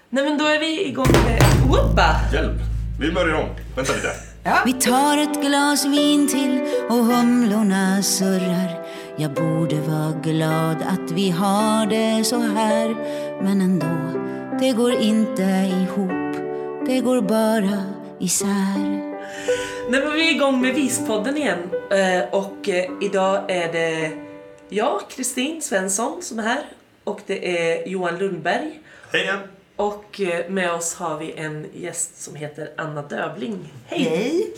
Nej, men då är vi igång med... Whoopa! Hjälp, vi börjar om. Vänta lite. Ja. Vi tar ett glas vin till och humlorna surrar. Jag borde vara glad att vi har det så här. Men ändå, det går inte ihop. Det går bara isär. Nej, men vi är igång med Vispodden igen. Och idag är det jag, Kristin Svensson, som är här. Och det är Johan Lundberg. Hej igen. Och med oss har vi en gäst som heter Anna Dövling. Hej! Hej!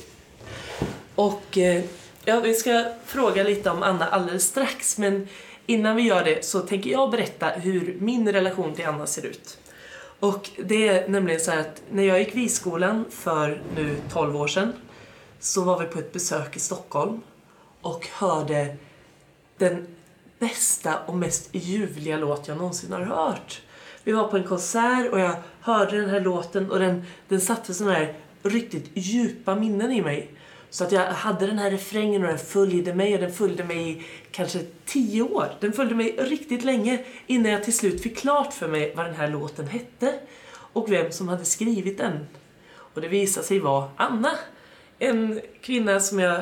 Och vi ska fråga lite om Anna alldeles strax. Men innan vi gör det så tänker jag berätta hur min relation till Anna ser ut. Och det är nämligen så här att när jag gick visskolan för nu 12 år sedan så var vi på ett besök i Stockholm och hörde den bästa och mest ljuvliga låt jag någonsin har hört. Vi var på en konsert och jag hörde den här låten och den satte sådana här riktigt djupa minnen i mig. Så att jag hade den här refrängen och den följde mig, och den följde mig i kanske 10 år. Den följde mig riktigt länge innan jag till slut fick klart för mig vad den här låten hette och vem som hade skrivit den. Och det visade sig vara Anna. En kvinna som jag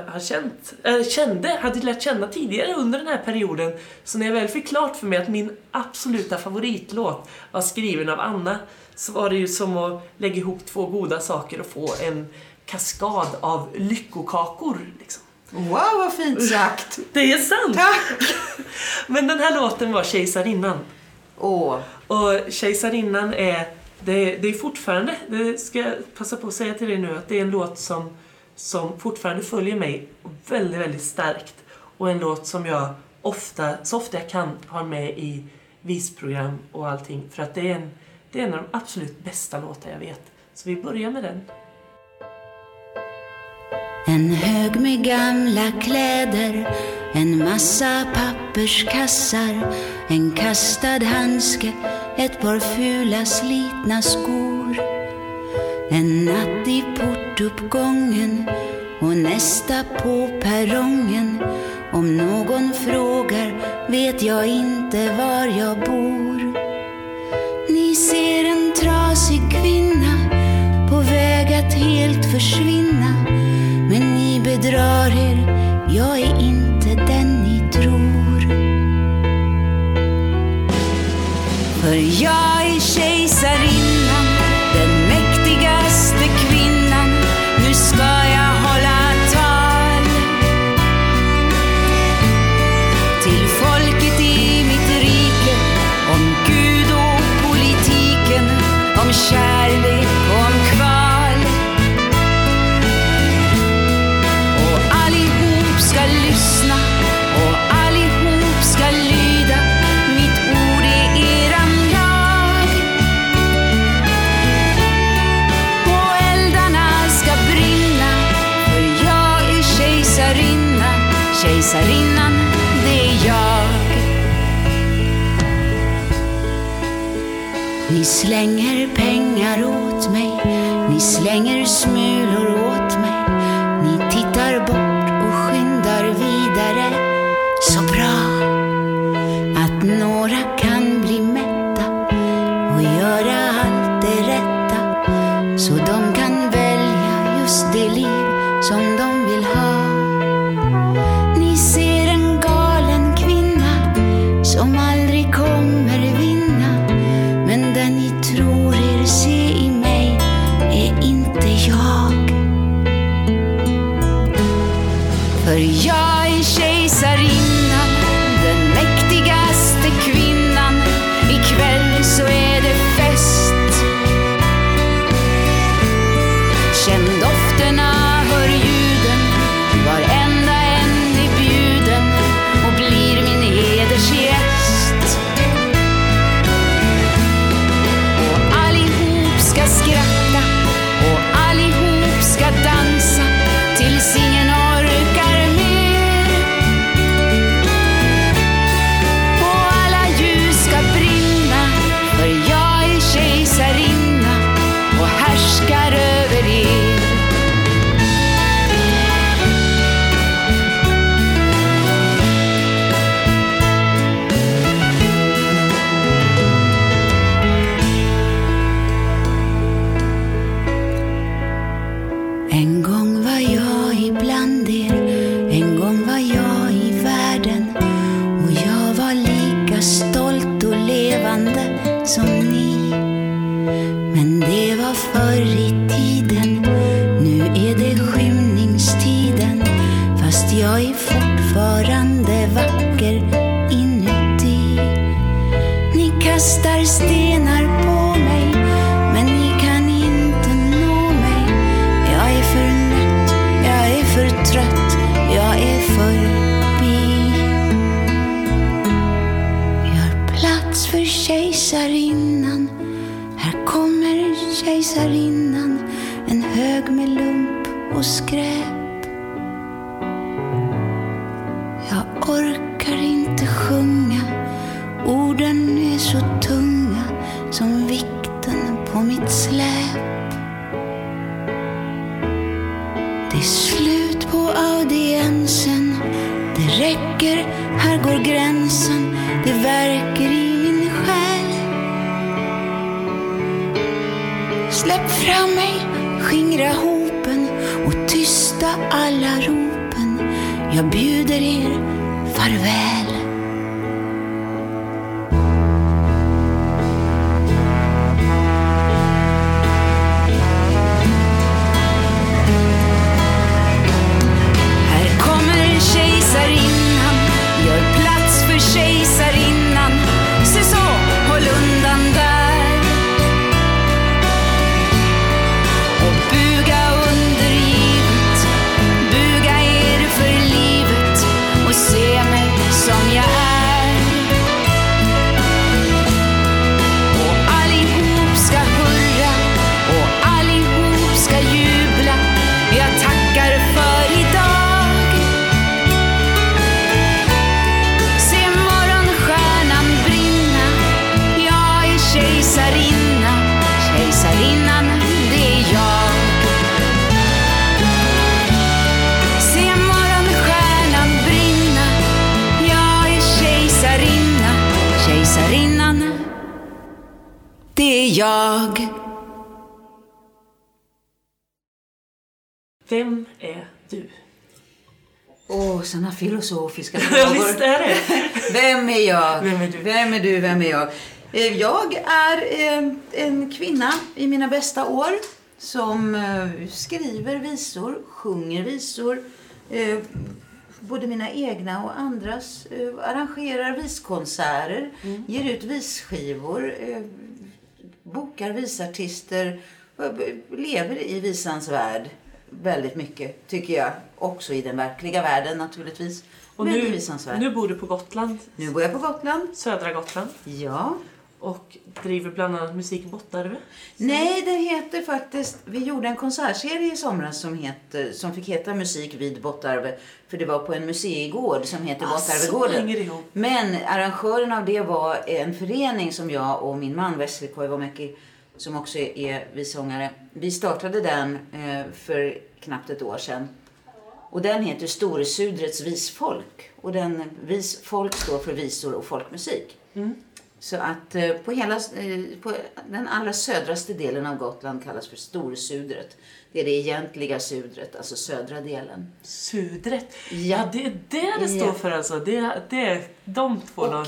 har hade lärt känna tidigare under den här perioden. Så när jag väl fick klart för mig att min absoluta favoritlåt var skriven av Anna, så var det ju som att lägga ihop 2 goda saker och få en kaskad av lyckokakor. Liksom. Wow, vad fint sagt! Det är sant! Tack! Men den här låten var Kejsarinnan. Åh. Och Kejsarinnan det är fortfarande, det ska jag passa på att säga till dig nu, att det är en låt som fortfarande följer mig väldigt, väldigt starkt. Och en låt som jag så ofta jag kan ha med i visprogram och allting. För att det är en av de absolut bästa låtar jag vet. Så vi börjar med den. En hög med gamla kläder, en massa papperskassar, en kastad handske, ett par fula slitna skor. En natt i portuppgången och nästa på perrongen. Om någon frågar vet jag inte var jag bor. Ni ser en trasig kvinna på väg att helt försvinna. Men ni bedrar er, jag är inte den ni tror. För jag är kejsarinnan, den mäktigaste kvinnan. Nu ska jag hålla tal till folket i mitt rike, om Gud och politiken, om kärlek och om kval. Och allihop ska lyssna och allihop ska lyda. Mitt ord är eran lag. Och eldarna ska brinna, för jag är kejsarinnan. Kejsarinnan, det är jag. Ni slänger pengar åt mig, ni slänger smulor åt mig. Ni tittar bort och skyndar vidare. Så bra att några kan bli mätta och göra allt det rätta, så de kan välja just det liv som de vill ha. Ni ser en galen kvinna som aldrig kommer vinna, men den ni tror er se i mig är inte jag. kejsarinnan en hög med lump och skräp. Jag orkar inte sjunga, orden är så tunga som vikten på mitt släp. Det är slut på audiensen, det räcker, här går gränsen, det verkar i min själ. Släpp fram mig, skingra hopen och tysta alla ropen. Jag bjuder er farväl. Här kommer kejsarinnan, gör plats för kejsarinnan. Se så, håll undan där. Och buga undergivet, buga er för livet och se mig som jag är. Och allihop ska hurra och allihop ska jubla. Jag tackar för idag. Se morgonstjärnan brinna. Jag är kejsarinna, kejsarinnan det är jag. Se morgonstjärnan brinna. Jag är kejsarinna, kejsarinnan det är jag. Vem är du? Såna filosofiska Ja, frågor. visst är det. Vem är jag? Vem är du? Vem är du? Vem är jag? Jag är en kvinna i mina bästa år som skriver visor, sjunger visor, både mina egna och andras, arrangerar viskonserter, ger ut visskivor, bokar visartister, lever i visans värld väldigt mycket, tycker jag. Också i den verkliga världen naturligtvis. Och men i visans värld. nu bor du på Gotland. Nu bor jag på Gotland. Södra Gotland. Ja. Och driver bland annat musik Bottarve. Nej, det heter faktiskt... Vi gjorde en konsertserie i somras som fick heta Musik vid Bottarve. För det var på en museigård som heter Bottarvegården. Men arrangören av det var en förening som jag och min man Wesley Koivumäki, som också är visångare. Vi startade den för knappt ett år sedan. Och den heter Storesudrets visfolk. Och visfolk står för visor och folkmusik. Mm. Så att på den allra södraste delen av Gotland kallas för Storesudret. Det är det egentliga Sudret, alltså södra delen. Sudret? Ja, det är det står för alltså. Det är de två. Och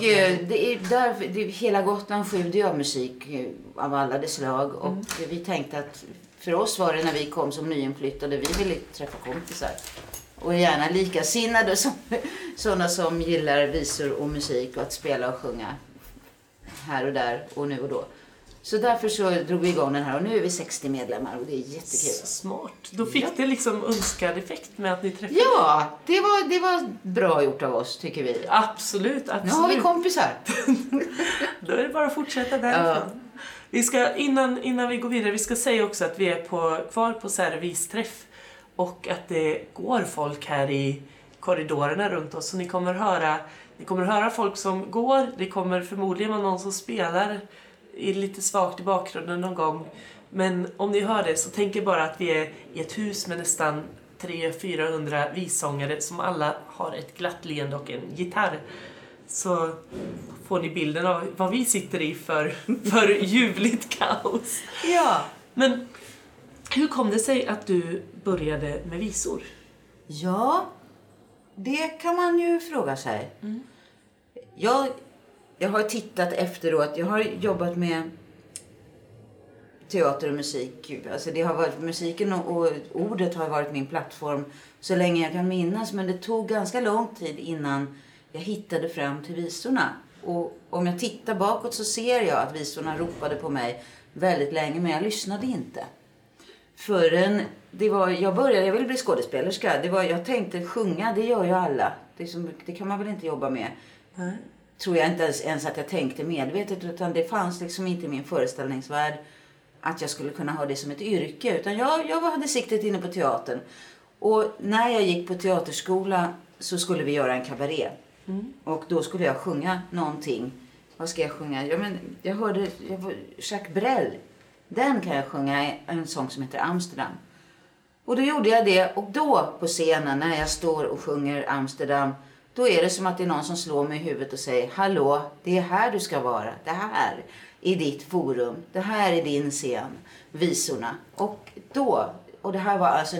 hela Gotland sjuder av musik av alla dess slag. Och vi tänkte att för oss var det när vi kom som nyinflyttade, vi ville träffa kompisar. Och gärna likasinnade, sådana som gillar visor och musik och att spela och sjunga här och där och nu och då. Så därför så drog vi igång den här och nu är vi 60 medlemmar och det är jättekul. Smart. Då fick det liksom önskad effekt med att ni träffade. Ja, det var bra gjort av oss tycker vi. Absolut. Nu har vi kompisar. Då är det bara att fortsätta därifrån. Ja. Vi ska, innan vi går vidare, vi ska säga också att vi är kvar på servisträff. Och att det går folk här i korridorerna runt oss. Så ni kommer höra folk som går. Det kommer förmodligen vara någon som spelar lite svagt i bakgrunden någon gång. Men om ni hör det så tänker bara att vi är i ett hus med nästan 300-400 vissångare som alla har ett glatt leende och en gitarr. Så får ni bilden av vad vi sitter i för ljuvligt kaos. Ja. Men hur kom det sig att du började med visor? Ja, det kan man ju fråga sig. Mm. Jag har tittat efteråt. Jag har jobbat med teater och musik. Alltså det har varit musiken och ordet har varit min plattform så länge jag kan minnas. Men det tog ganska lång tid innan jag hittade fram till visorna. Och om jag tittar bakåt så ser jag att visorna ropade på mig väldigt länge, men jag lyssnade inte. Förrän jag ville bli skådespelerska. Jag tänkte sjunga, det gör ju alla. Det kan man väl inte jobba med. Mm. Tror jag inte ens att jag tänkte medvetet, utan det fanns liksom inte i min föreställningsvärld att jag skulle kunna ha det som ett yrke. Utan jag hade siktet inne på teatern. Och när jag gick på teaterskola så skulle vi göra en kabaré. Och då skulle jag sjunga någonting. Vad ska jag sjunga? Jag hörde Jacques Brel. Den kan jag sjunga, en sång som heter Amsterdam. Och då gjorde jag det. Och då på scenen när jag står och sjunger Amsterdam, då är det som att det är någon som slår mig i huvudet och säger: hallå, det är här du ska vara. Det här är ditt forum. Det här är din scen. Visorna. Och det här var alltså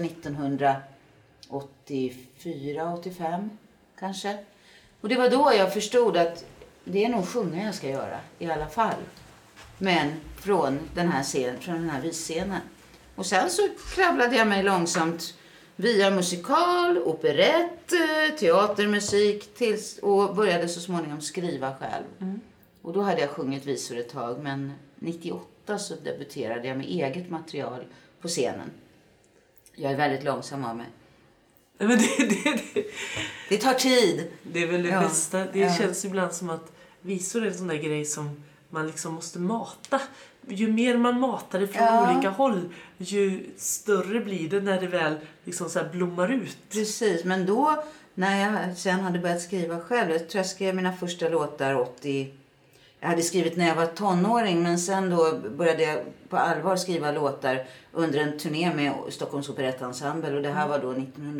1984, 85 kanske. Och det var då jag förstod att det är nog sjunga jag ska göra i alla fall. Men från den här visscenen. Och sen så kravlade jag mig långsamt via musikal, operett, teatermusik och började så småningom skriva själv. Och då hade jag sjungit visor ett tag, men 98 så debuterade jag med eget material på scenen. Jag är väldigt långsam av mig. Men det tar tid. Det är väl det bästa. Det känns ibland som att visor är en sån där grej som man liksom måste mata. Ju mer man matar det från olika håll, ju större blir det när det väl liksom så här blommar ut. Precis, men då när jag sen hade börjat skriva själv, jag tror jag skrev mina första låtar 80. Jag hade skrivit när jag var tonåring, men sen då började jag på allvar skriva låtar under en turné med Stockholms Operettensemble, och det här var då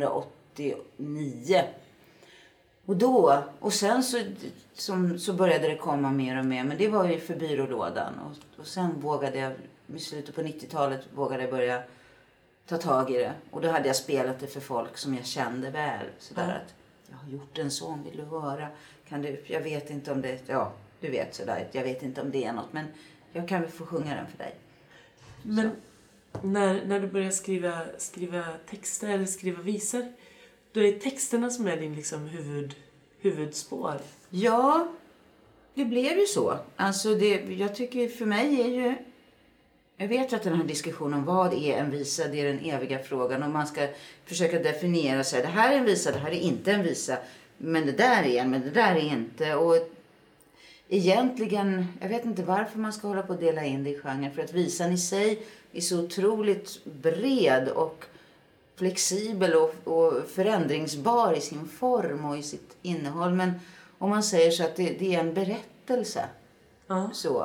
1989. Och sen så började det komma mer och mer, men det var ju för byrålådan. Och sen vågade jag, i slutet på 90-talet vågade jag börja ta tag i det. Och då hade jag spelat det för folk som jag kände väl. Sådär att jag har gjort en sång, vill du höra? Jag vet inte om det, du vet sådär. Jag vet inte om det är något, men jag kan väl få sjunga den för dig. Men när du börjar skriva texter eller skriva visor, då är texterna som är din liksom huvudspår. Ja, det blev ju så. Alltså jag tycker för mig är ju... Jag vet att den här diskussionen om vad är en visa, det är den eviga frågan. Och man ska försöka definiera sig. Det här är en visa, det här är inte en visa. Men det där är en, men det där är inte. Och egentligen, jag vet inte varför man ska hålla på att dela in det i genre. För att visan i sig är så otroligt bred och flexibel och förändringsbar i sin form och i sitt innehåll. Men om man säger så att det är en berättelse. Så.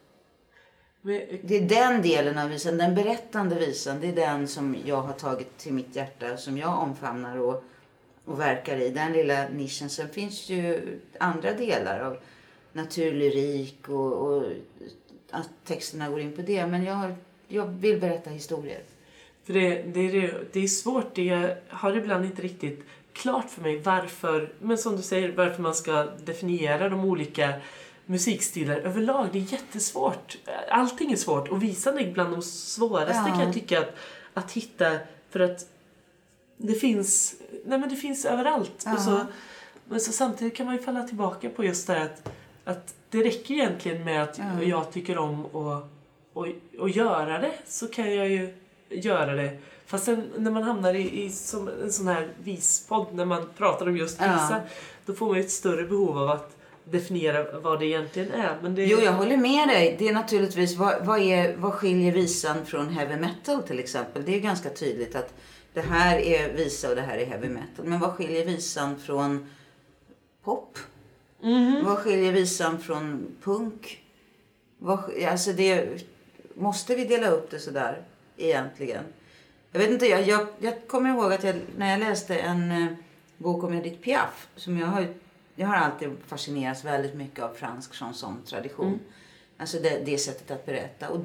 Det är den delen av visan, den berättande visan, det är den som jag har tagit till mitt hjärta, som jag omfamnar och verkar i. Den lilla nischen. Sen finns ju andra delar av naturlyrik och att texterna går in på det. Men jag vill berätta historier. För det är svårt, det har ibland inte riktigt klart för mig varför, men som du säger, varför man ska definiera de olika musikstilar överlag. Det är jättesvårt. Allting är svårt, och visan är bland de svåraste kan jag tycka att hitta, för att det finns överallt. Men så samtidigt kan man ju falla tillbaka på just det att det räcker egentligen med att jag tycker om och göra det, så kan jag ju göra det. Fast sen, när man hamnar i som en sån här vispodd, när man pratar om just visa, då får man ju ett större behov av att definiera vad det egentligen är. Men det... Jo, jag håller med dig. Det är naturligtvis, vad skiljer visan från heavy metal till exempel? Det är ganska tydligt att det här är visa och det här är heavy metal. Men vad skiljer visan från pop? Vad skiljer visan från punk? Alltså måste vi dela upp det sådär egentligen? Jag vet inte, jag kommer ihåg att när jag läste en bok om Edith Piaf, som jag har alltid fascinerats väldigt mycket av fransk chanson-tradition. Alltså det sättet att berätta. Och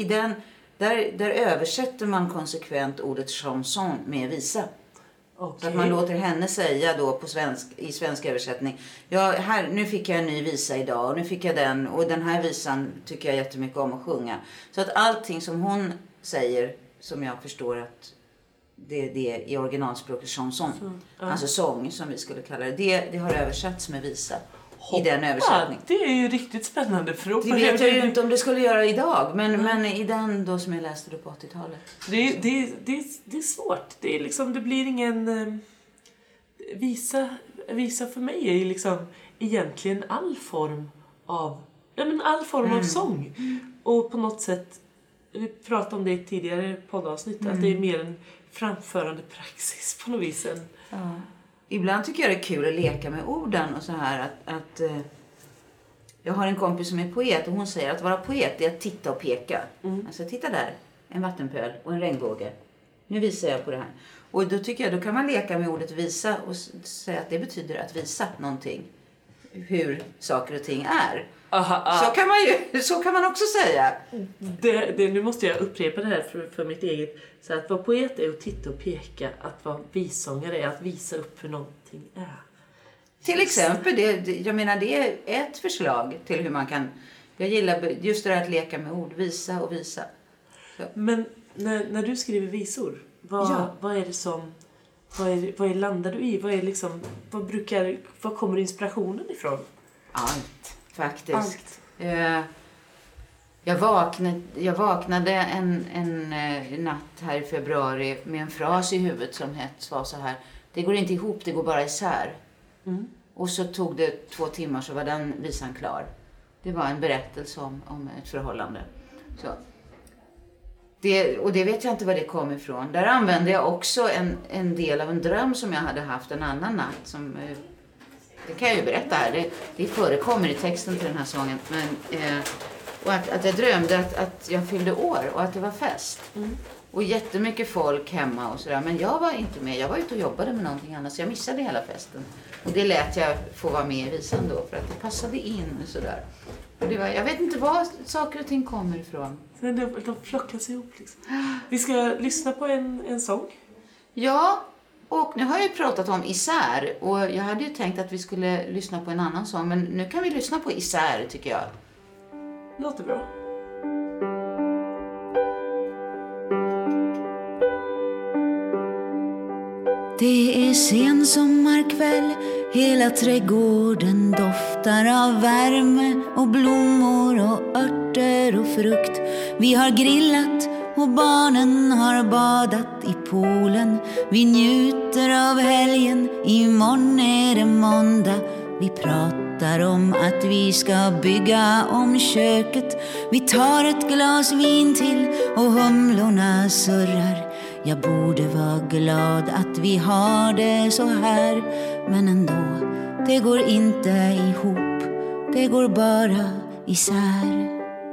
där översätter man konsekvent ordet chanson med visa. Okay. Så att man låter henne säga då i svensk översättning: nu fick jag en ny visa idag, och nu fick jag den, och den här visan tycker jag jättemycket om att sjunga. Så att allting som hon säger, som jag förstår att det är i originalspråket chanson, alltså sång som vi skulle kalla det har översatts med visa. I den översättningen. Det är ju riktigt spännande. Det vet jag ju inte om det skulle göra idag. Men i den då som jag läste då på 80-talet. Det är svårt. Det är liksom, det blir ingen... Visa för mig är ju liksom egentligen all form av sång. Och på något sätt vi pratade om det i tidigare poddavsnitt, att det är mer en framförande praxis på något vis. Ja. Ibland tycker jag det är kul att leka med orden och så här att jag har en kompis som är poet och hon säger att vara poet är att titta och peka. Alltså titta där, en vattenpöl och en regnbåge. Nu visar jag på det här. Och då tycker jag, då kan man leka med ordet visa och säga att det betyder att visa någonting. Hur saker och ting är. Så kan man också säga. Nu måste jag upprepa det här för mitt eget. Så att vara poet är att titta och peka. Att vara vissångare är att visa upp hur någonting är. Till exempel, jag menar det är ett förslag till hur man kan... Jag gillar just det här att leka med ord. Visa och visa. Så. Men när du skriver visor, vad är det som... Vad landar du i? Vad kommer inspirationen ifrån? Allt, faktiskt. Jag vaknade en natt här i februari med en fras i huvudet som var så här: det går inte ihop, det går bara isär. Och så tog det 2 timmar så var den visan klar. Det var en berättelse om ett förhållande. Så. Och det vet jag inte var det kom ifrån. Där använde jag också en del av en dröm som jag hade haft en annan natt. Som, det kan jag ju berätta här. Det förekommer i texten till den här sången. Men, och att jag drömde att jag fyllde år och att det var fest. Och jättemycket folk hemma och sådär. Men jag var inte med. Jag var ute och jobbade med någonting annat. Så jag missade hela festen. Och det lät jag få vara med i visan då. För att det passade in och sådär. Och det var, jag vet inte var saker och ting kommer ifrån. De flockas ihop liksom. Vi ska lyssna på en sång. Ja, och nu har jag ju pratat om isär. Och jag hade ju tänkt att vi skulle lyssna på en annan sång. Men nu kan vi lyssna på isär, tycker jag. Låter bra. Det är sen sommarkväll, hela trädgården doftar av värme och blommor och örter och frukt. Vi har grillat och barnen har badat i poolen. Vi njuter av helgen, imorgon är det måndag. Vi pratar om att vi ska bygga om köket. Vi tar ett glas vin till och humlorna surrar. Jag borde vara glad att vi har det så här. Men ändå, det går inte ihop. Det går bara isär.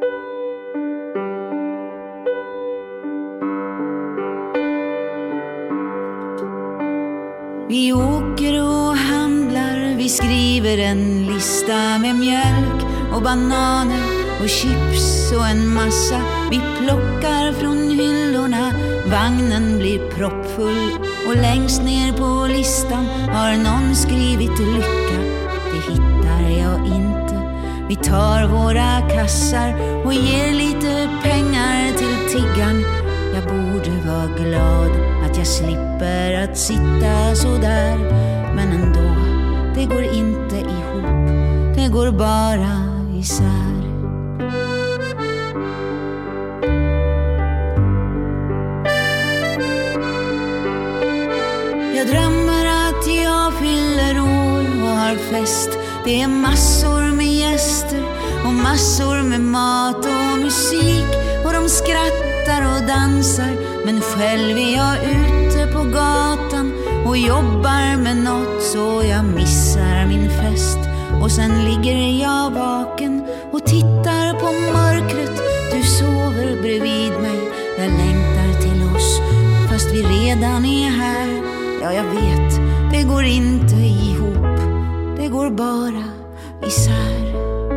Vi åker och handlar. Vi skriver en lista med mjölk och bananer och chips och en massa. Vi plockar från hyllorna. Vagnen blir proppfull och längst ner på listan har någon skrivit lycka. Det hittar jag inte. Vi tar våra kassar och ger lite pengar till tiggarn. Jag borde vara glad att jag slipper att sitta så där. Men ändå, det går inte ihop. Det går bara isär. Jag drömmer att jag fyller år och har fest. Det är massor med gäster och massor med mat och musik. Och de skrattar och dansar. Men själv är jag ute på gatan och jobbar med något, så jag missar min fest. Och sen ligger jag vaken och tittar på mörkret. Du sover bredvid mig. Jag längtar till oss fast vi redan är här. Ja, jag vet, det går inte ihop. Det går bara isär.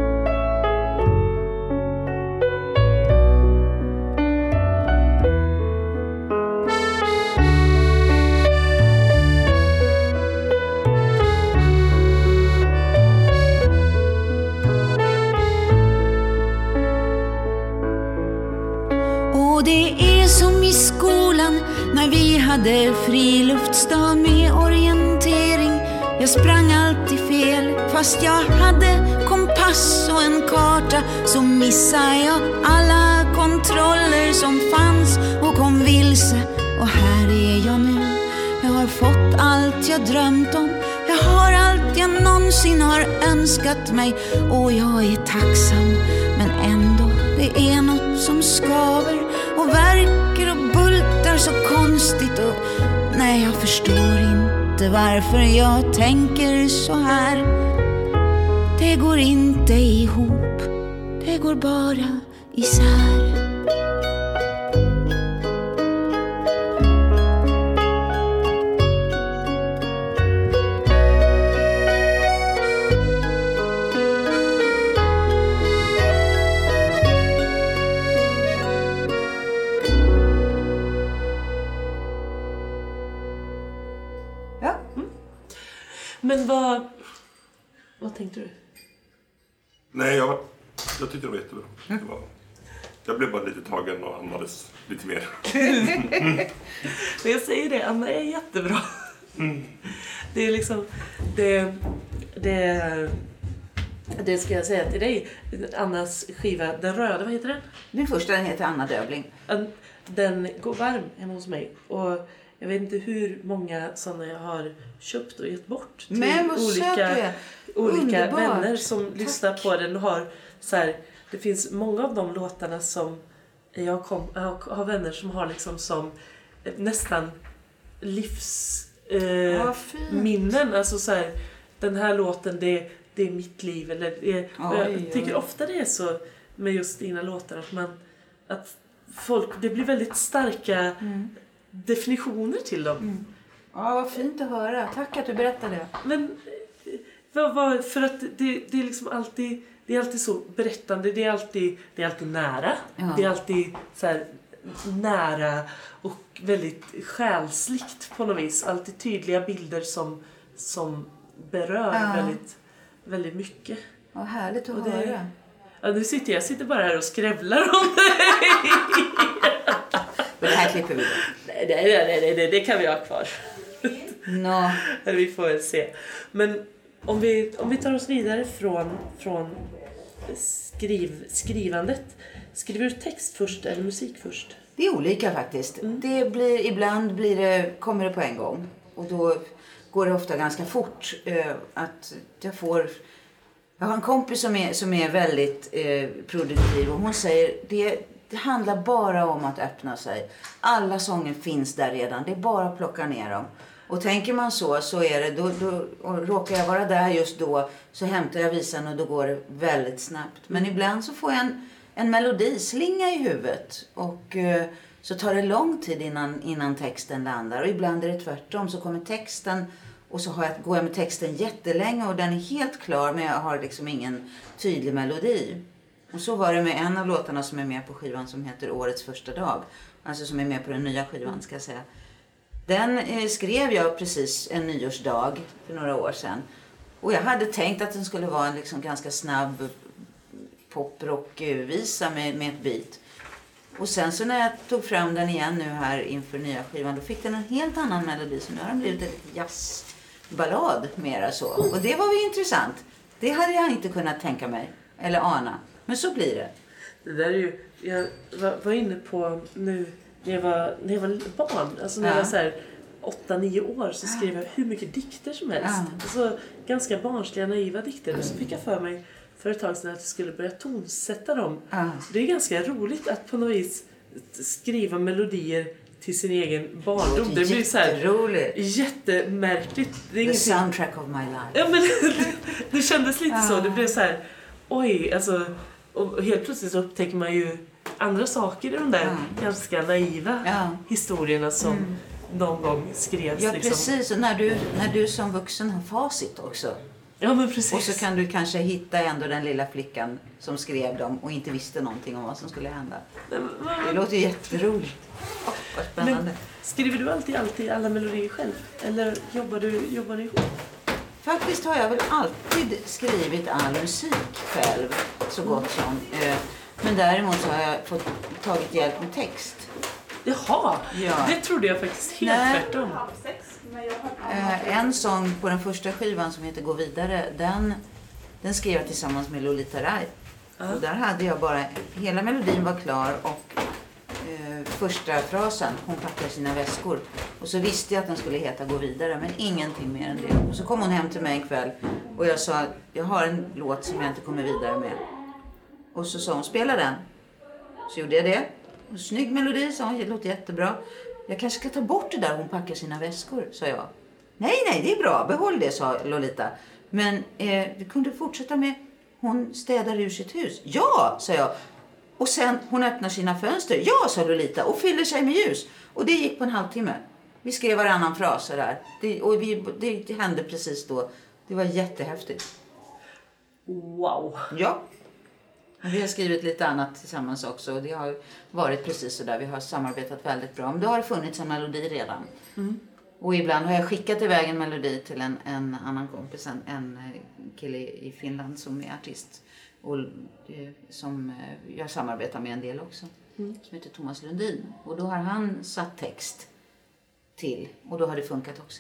Och det är som i skolan när vi hade friluftsdag med orientering. Jag sprang alltid fel fast jag hade kompass och en karta. Så missade jag alla kontroller som fanns och kom vilse. Och här är jag nu. Jag har fått allt jag drömt om. Jag har allt jag någonsin har önskat mig. Och jag är tacksam, men ändå det är något som skaver. så konstigt och nej, jag förstår inte varför jag tänker så här. Det går inte ihop, det går bara isär. Men vad tänkte du? Nej, jag tyckte det var jättebra. Jag blev bara lite tagen och andades lite mer. Men jag säger det, Anna är jättebra. Det är liksom det ska jag säga till dig. Annas skiva, den röda, vad heter den? Den första, den heter Anna Döbling. Den går varm hemma hos mig. Och jag vet inte hur många sådana jag har köpt och gett bort till olika vänner som lyssnar på den och har så här, det finns många av de låtarna som jag har vänner som har liksom som nästan livsminnen, alltså så här, den här låten det är mitt liv eller jag tycker ofta det är så med just dina låtar att folk, det blir väldigt starka definitioner till dem. Ja, vad fint att höra. Tack att du berättade. Men för att det är liksom alltid, det är alltid så berättande, det är alltid nära. Ja. Det är alltid så här nära och väldigt själsligt på något vis. Alltid tydliga bilder som berör väldigt, väldigt mycket. Vad härligt att höra. Ja, nu sitter bara här och skrävlar om det. Men det här klipper vi då. Nej, det kan vi ha kvar. No. Vi får väl se. Men om vi tar oss vidare från skrivandet. Skriver du text först eller musik först? Det är olika faktiskt. Ibland kommer det på en gång. Och då går det ofta ganska fort. Att jag har en kompis som är väldigt produktiv. Och hon säger det handlar bara om att öppna sig. Alla sånger finns där redan. Det är bara att plocka ner dem. Och tänker man så är det, då råkar jag vara där just då, så hämtar jag visan och då går det väldigt snabbt. Men ibland så får jag en melodislinga i huvudet och så tar det lång tid innan texten landar. Och ibland är det tvärtom, så kommer texten och så går jag med texten jättelänge och den är helt klar, men jag har liksom ingen tydlig melodi. Och så var det med en av låtarna som är med på skivan som heter Årets första dag. Alltså som är med på den nya skivan, ska jag säga. Den skrev jag precis en nyårsdag för några år sedan. Och jag hade tänkt att den skulle vara en liksom ganska snabb poprockvisa med ett beat. Och sen så när jag tog fram den igen nu här inför nya skivan, då fick den en helt annan melodi som nu har den blivit en jazzballad mera så. Och det var ju intressant. Det hade jag inte kunnat tänka mig eller ana. Men så blir det. Det där är ju, jag var inne på nu när jag var barn, alltså när jag var så här 8-9 år, så skrev jag hur mycket dikter som helst. Alltså ganska barnsliga, naiva dikter. Och så fick jag för mig för ett tag sedan att jag skulle börja tonsätta dem. Det är ganska roligt att på något vis skriva melodier till sin egen barndom. Det blir så här jättemärkligt. The soundtrack of my life. Ja, men det kändes lite så. Det blev så här, oj, alltså, och helt plötsligt så upptäcker man ju andra saker i de där ganska naiva historierna som någon gång skrevs. Ja, liksom. Precis. Och när du som vuxen har facit också. Ja, men precis. Och så kan du kanske hitta ändå den lilla flickan som skrev dem och inte visste någonting om vad som skulle hända. Det låter jätteroligt. Vad spännande. Men, skriver du alltid alla melodier själv? Eller jobbar du ihop? Faktiskt har jag väl alltid skrivit all musik själv, så gott som. Men däremot så har jag tagit hjälp med text. Jaha, det trodde jag faktiskt helt tvärtom. En sång på den första skivan som heter Gå vidare, den skrev jag tillsammans med Lolita Rai. Och där hade jag bara, hela melodin var klar och första frasen, hon packar sina väskor. Och så visste jag att den skulle heta Gå vidare, men ingenting mer än det. Och så kom hon hem till mig en kväll och jag sa, jag har en låt som jag inte kommer vidare med. Och så sa hon, spela den. Så gjorde jag det. Och snygg melodi, sa hon, det låter jättebra. Jag kanske ska ta bort det där hon packar sina väskor, sa jag. Nej, det är bra. Behåll det, sa Lolita. Men vi kunde fortsätta med hon städar ur sitt hus. Ja, sa jag. Och sen hon öppnar sina fönster. Ja, sa Lolita. Och fyller sig med ljus. Och det gick på en halvtimme. Vi skrev varannan fras där. Det hände precis då. Det var jättehäftigt. Wow. Ja. Vi har skrivit lite annat tillsammans också. Och det har varit precis så där. Vi har samarbetat väldigt bra. Men då har det funnits en melodi redan. Mm. Och ibland har jag skickat iväg en melodi till en annan kompis. En kille i Finland som är artist. Och som jag samarbetar med en del också. Som heter Thomas Lundin. Och då har han satt text till. Och då har det funkat också.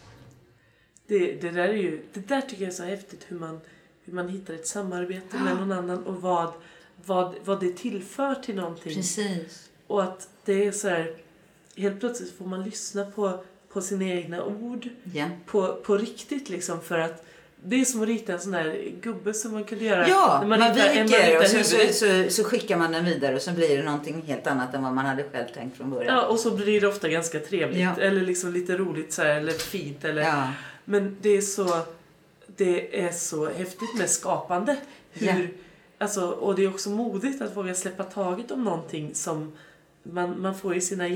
Det där tycker jag är så häftigt. Hur man hittar ett samarbete med någon annan. Och vad det tillför till någonting. Precis. Och att det är så här. Helt plötsligt får man lyssna på sina egna ord. Yeah. På riktigt liksom. För att det är som att rita en sån där gubbe som man kunde göra. Ja, när man viker och så skickar man den vidare. Och så blir det någonting helt annat än vad man hade själv tänkt från början. Ja, och så blir det ofta ganska trevligt. Ja. Eller liksom lite roligt så här, eller fint. Eller, ja. Men det är så häftigt med skapande. Och det är också modigt att våga släppa taget om någonting som man får i sina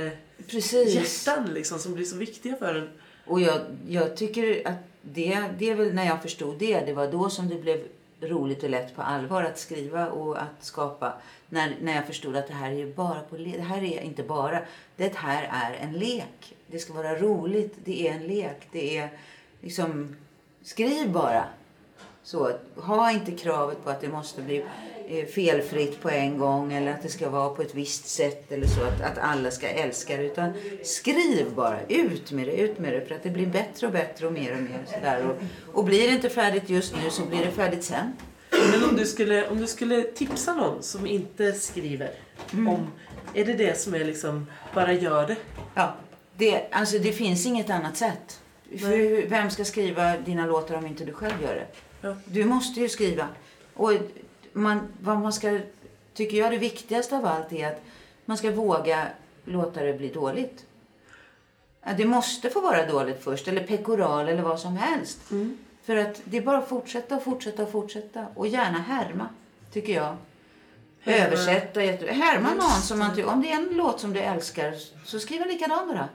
hjärtan liksom, som blir så viktiga för en. Och jag tycker att det är väl när jag förstod det var då som det blev roligt och lätt på allvar att skriva och att skapa. När jag förstod att det här är ju bara det här är inte bara, det här är en lek. Det ska vara roligt, det är en lek. Det är liksom, skriv bara. Så ha inte kravet på att det måste bli felfritt på en gång eller att det ska vara på ett visst sätt eller så att alla ska älska det, utan skriv bara, ut med det för att det blir bättre och bättre och mer sådär. Och blir det inte färdigt just nu så blir det färdigt sen. Men om du skulle tipsa någon som inte skriver om, är det som är liksom, bara gör det? Ja, det finns inget annat sätt. För vem ska skriva dina låtar om inte du själv gör det? Ja. Du måste ju skriva. Och vad man ska, tycker jag det viktigaste av allt är att man ska våga låta det bli dåligt. Det måste få vara dåligt först, eller pekoral eller vad som helst. För att det är bara att fortsätta och gärna härma, tycker jag. Översätta, härma någon som om det är en låt som du älskar så skriva likadan då.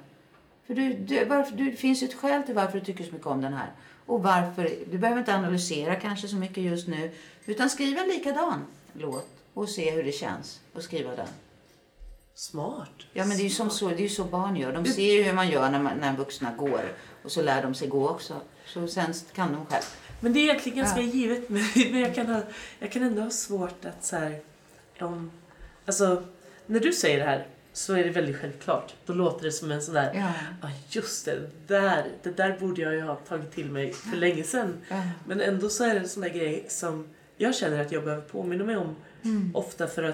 För det finns ju ett skäl till varför du tycker så mycket om den här. Och varför, du behöver inte analysera kanske så mycket just nu. Utan skriva en likadan låt och se hur det känns. Och skriva den. Smart. Ja, men det är ju så barn gör. De ser ju hur man gör när vuxna går. Och så lär de sig gå också. Så sen kan de själv. Men det är egentligen ganska givet. Men jag kan ändå ha svårt att så här, alltså, när du säger det här så är det väldigt självklart. Då låter det som en sån där, just det där borde jag ju ha tagit till mig för länge sedan. Men ändå så är det en sån där grej som jag känner att jag behöver påminna mig om ofta för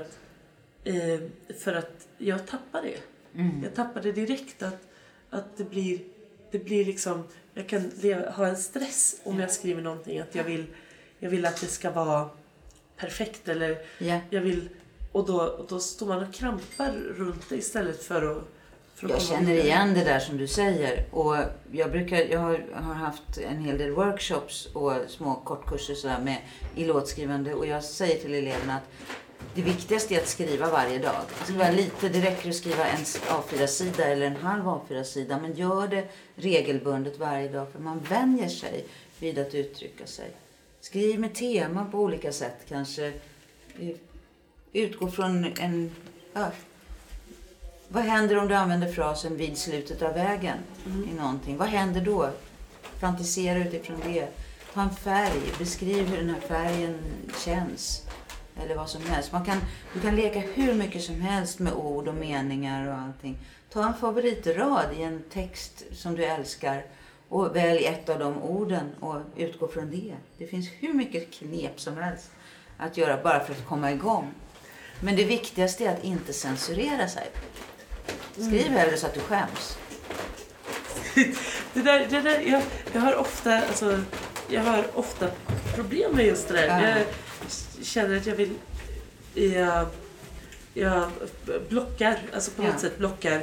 att jag tappar det. Jag tappar det direkt att det blir liksom, jag kan ha en stress om jag skriver någonting, att jag vill att det ska vara perfekt eller jag vill. Och då står man och krampar runt det istället för att jag känner igen det där som du säger. Och jag har haft en hel del workshops och små kortkurser sådär i låtskrivande. Och jag säger till eleverna att det viktigaste är att skriva varje dag. Det räcker att skriva en A4-sida eller en halv A4-sida. Men gör det regelbundet varje dag för man vänjer sig vid att uttrycka sig. Skriv med tema på olika sätt kanske. Utgå från vad händer om du använder frasen vid slutet av vägen i någonting? Vad händer då? Fantisera utifrån det. Ta en färg, beskriv hur den här färgen känns. Eller vad som helst. Du kan leka hur mycket som helst med ord och meningar och allting. Ta en favoritrad i en text som du älskar och välj ett av de orden och utgå från det. Det finns hur mycket knep som helst att göra bara för att komma igång. Men det viktigaste är att inte censurera sig. Skriv hellre så att du skäms. Det där jag har ofta problem med just det där. Jag känner att jag blockar, alltså på något sätt blockar.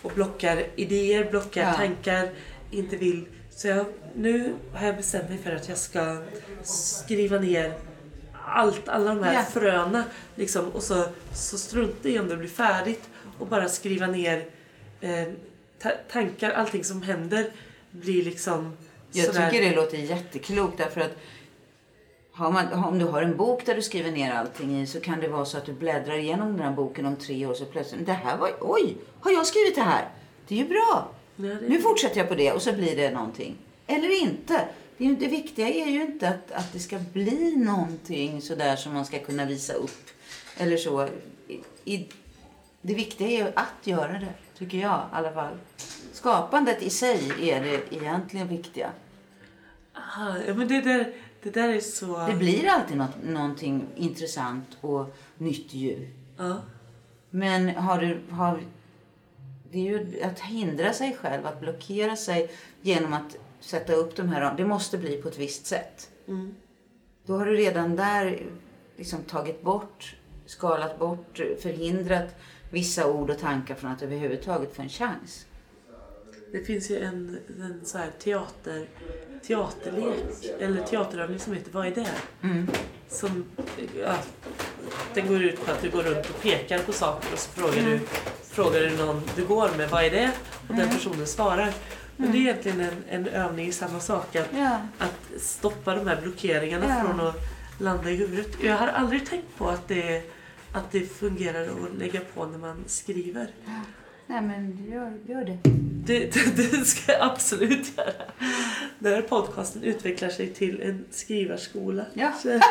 och blockar idéer, blockar tankar, inte vill. Så nu har jag bestämt mig för att jag ska skriva ner alla de här fröna liksom, och så strunta i om det blir färdigt och bara skriva ner tankar, allting som händer blir liksom jag tycker det låter jätteklokt därför att om du har en bok där du skriver ner allting i så kan det vara så att du bläddrar igenom den här boken om 3 år så plötsligt, det här var, oj, har jag skrivit det här? Det är ju bra. Nu fortsätter jag på det och så blir det någonting. Eller inte. Det viktiga är ju inte att det ska bli någonting sådär som man ska kunna visa upp. Eller så. Det viktiga är ju att göra det, tycker jag i alla fall. Skapandet i sig är det egentligen viktiga. Aha, men det där är så... Det blir alltid någonting intressant och nytt ju. Ja. Men det är ju att hindra sig själv, att blockera sig genom att sätta upp de här... Det måste bli på ett visst sätt. Mm. Då har du redan där liksom tagit bort, skalat bort, förhindrat vissa ord och tankar från att överhuvudtaget få en chans. Det finns ju en så här teaterlek eller teaterövning som heter Vad är det? Mm. Som, den går ut på att du går runt och pekar på saker och så frågar du någon du går med, vad är det? Och den personen svarar. Men det är egentligen en övning i samma sak. Att stoppa de här blockeringarna från att landa i huvudet. Jag har aldrig tänkt på att det fungerar att lägga på när man skriver. Nej, men gör det. Det ska jag absolut göra. Den här podcasten utvecklar sig till en skrivarskola. Ja.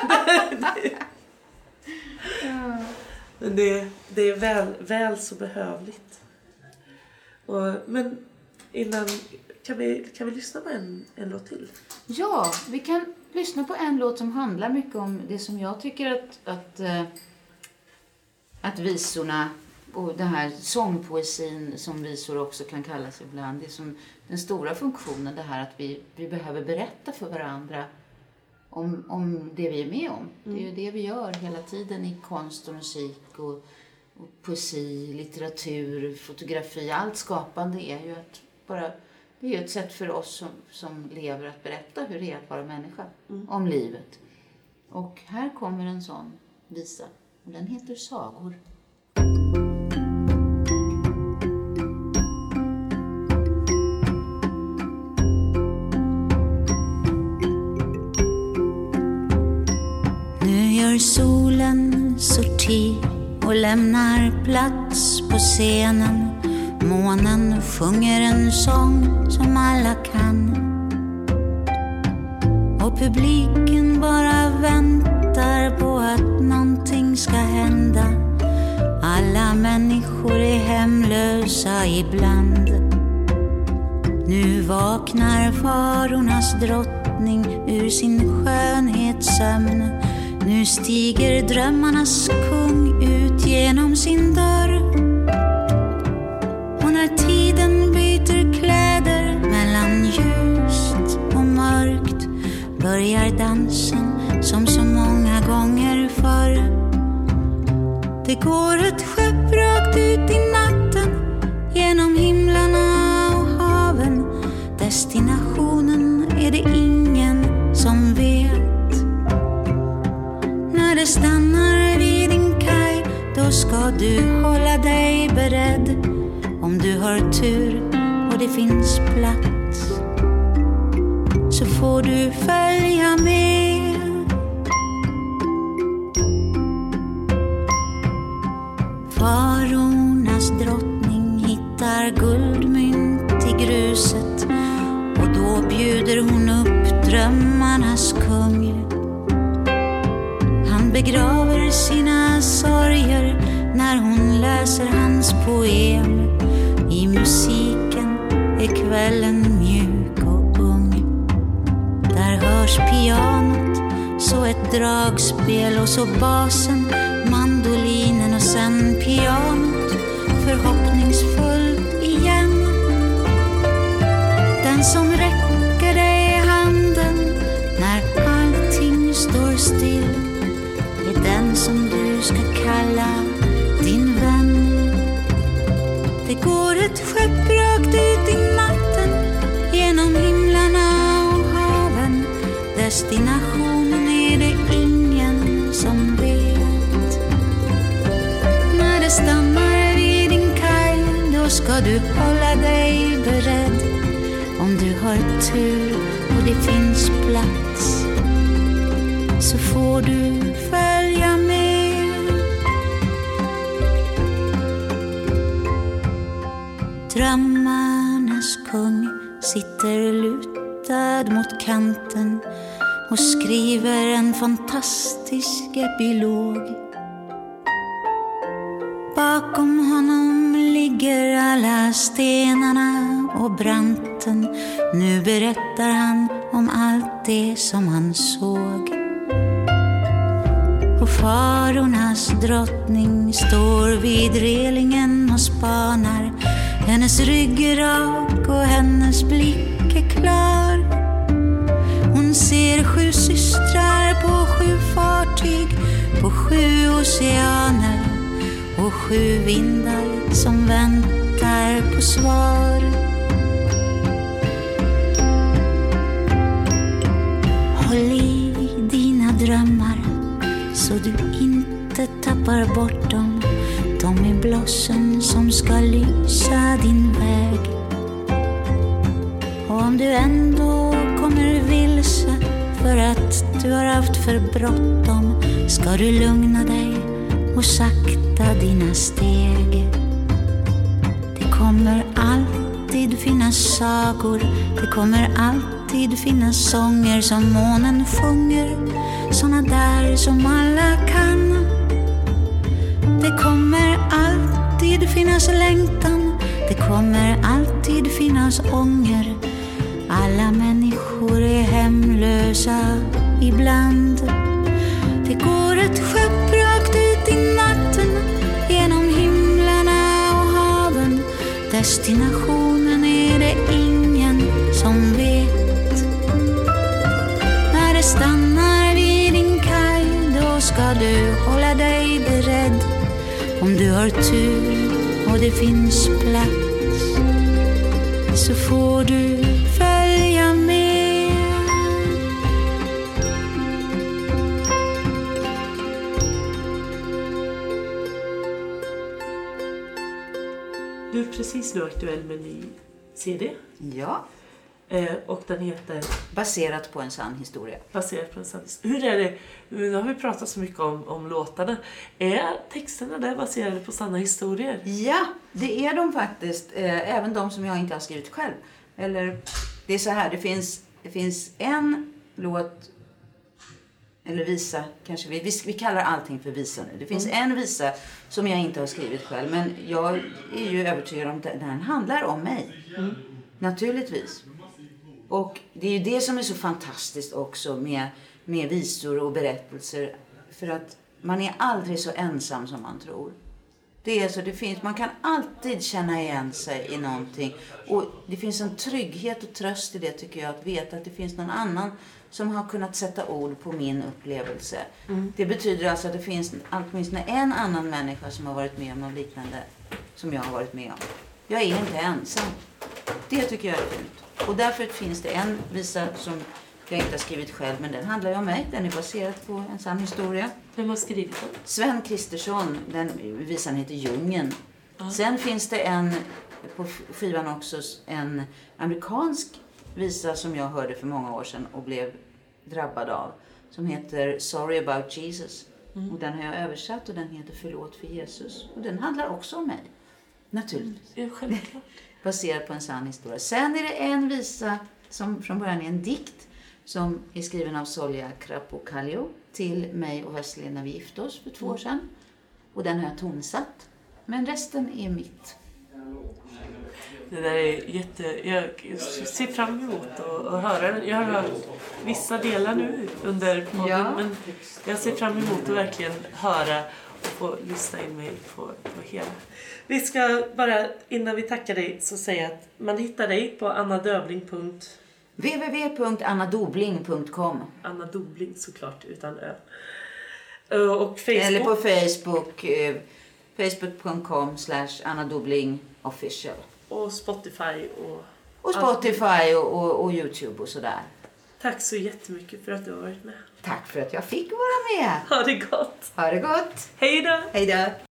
Men det är väl så behövligt. Men innan kan vi lyssna på en låt till? Ja, vi kan lyssna på en låt som handlar mycket om det som jag tycker att visorna och den här sångpoesin som visor också kan kallas ibland. Det är som den stora funktionen, det här att vi behöver berätta för varandra om det vi är med om. Det är ju det vi gör hela tiden i konst och musik och poesi, litteratur, fotografi. Allt skapande är ju det är ett sätt för oss som lever att berätta hur det är att vara människa om livet. Och här kommer en sån visa och den heter Sagor. Solen sorti och lämnar plats på scenen. Månen sjunger en sång som alla kan. Och publiken bara väntar på att någonting ska hända. Alla människor är hemlösa ibland. Nu vaknar farornas drottning ur sin skönhetssömn. Nu stiger drömmarnas kung ut genom sin dörr. Och när tiden byter kläder mellan ljust och mörkt börjar dansen som så många gånger förr. Det går ett skepp rakt ut i natten genom himlarna och haven. Destinationen är det ingen som vet. När det stannar vid din kaj, då ska du hålla dig beredd. Om du har tur och det finns plats, så får du följa med. Farornas drottning hittar guldmynt i gruset, och då bjuder hon upp drömmarnas kung. Begraver sina sorger när hon läser hans poem. I musiken är kvällen mjuk och ung. Där hörs pianot, så ett dragspel och så basen, mandolinen och sen pianot förhoppningsfullt igen. Den som räcker dig handen när allting står still är den som du ska kalla din vän. Det går ett ett skepp rakt ut i natten, genom himlarna och haven. Destinationen är det ingen som vet. När det stannar vid din kaj, då ska du hålla dig beredd. Om du har tur och det finns plats, så får du följa med. Drömmarnas kung sitter lutad mot kanten och skriver en fantastisk epilog. Bakom honom ligger alla stenarna och branten. Nu berättar han om allt det som han såg. Och farornas drottning står vid relingen och spanar. Hennes rygg är rak och hennes blick är klar. Hon ser 7 systrar på 7 fartyg, på 7 oceaner och 7 vindar som väntar på svar. Håll i dina drömmar så du inte tappar bort dem. De är blossen som ska lysa din väg. Och om du ändå kommer vilse för att du har haft för bråttom, ska du lugna dig och sakta dina steg. Det kommer alltid finnas sagor, det kommer alltid finnas sånger som månen sjunger, såna där som alla kan. Det kommer alltid finnas längtan, det kommer alltid finnas ånger. Alla människor är hemlösa ibland. Det går ett skepp rakt ut i natten, genom himlarna och haven. Destinationen är det ingen som vet. När det stannar vid din kaj, då ska du hålla dig beredd. Om du har tur och det finns plats, så får du följa med. Du är precis nu aktuell med en ny CD. Ja. Och den heter... Baserat på en sann historia. Baserat på en sann historia. Hur är det? Nu har vi pratat så mycket om låtarna. Är texterna där baserade på sanna historier? Ja, det är de faktiskt. Även de som jag inte har skrivit själv. Eller, det är så här, det finns en låt, eller visa, kanske vi kallar allting för visa nu. Det finns en visa som jag inte har skrivit själv, men jag är ju övertygad om att den handlar om mig. Naturligtvis. Och det är ju det som är så fantastiskt också med visor och berättelser. För att man är aldrig så ensam som man tror. Det är så, man kan alltid känna igen sig i någonting. Och det finns en trygghet och tröst i det, tycker jag, att veta att det finns någon annan som har kunnat sätta ord på min upplevelse. Det betyder alltså att det finns åtminstone en annan människa som har varit med om något liknande som jag har varit med om. Jag är inte ensam. Det tycker jag är fint. Och därför finns det en visa som jag inte har skrivit själv, men den handlar ju om mig. Den är baserad på en sann historia. Vem har skrivit den? Sven Kristersson. Den visan heter Djungeln. Sen finns det en på skivan också, en amerikansk visa som jag hörde för många år sedan och blev drabbad av. Som heter Sorry About Jesus. Och den har jag översatt och den heter Förlåt för Jesus. Och den handlar också om mig. Naturligtvis. Ja, självklart. Baserad på en sann historia. Sen är det en visa som från början är en dikt som är skriven av Solja Krapokallio till mig och Wesley när vi gifte oss för 2 år sedan. Och den har jag tonsatt. Men resten är mitt. Det där är jag ser fram emot att höra den. Jag har hört vissa delar nu under podden, men jag ser fram emot att verkligen höra och få lyssna in mig på hela. Vi ska bara, innan vi tackar dig, så säga att man hittar dig på www.annadobling.com. Anna Dobling, såklart, utan ö. Och Facebook. Eller på Facebook. Facebook.com/AnnaDoblingOfficial. Och Spotify och Spotify och YouTube och sådär. Tack så jättemycket för att du har varit med. Tack för att jag fick vara med. Ha det gott. Ha det gott. Hej då. Hej då.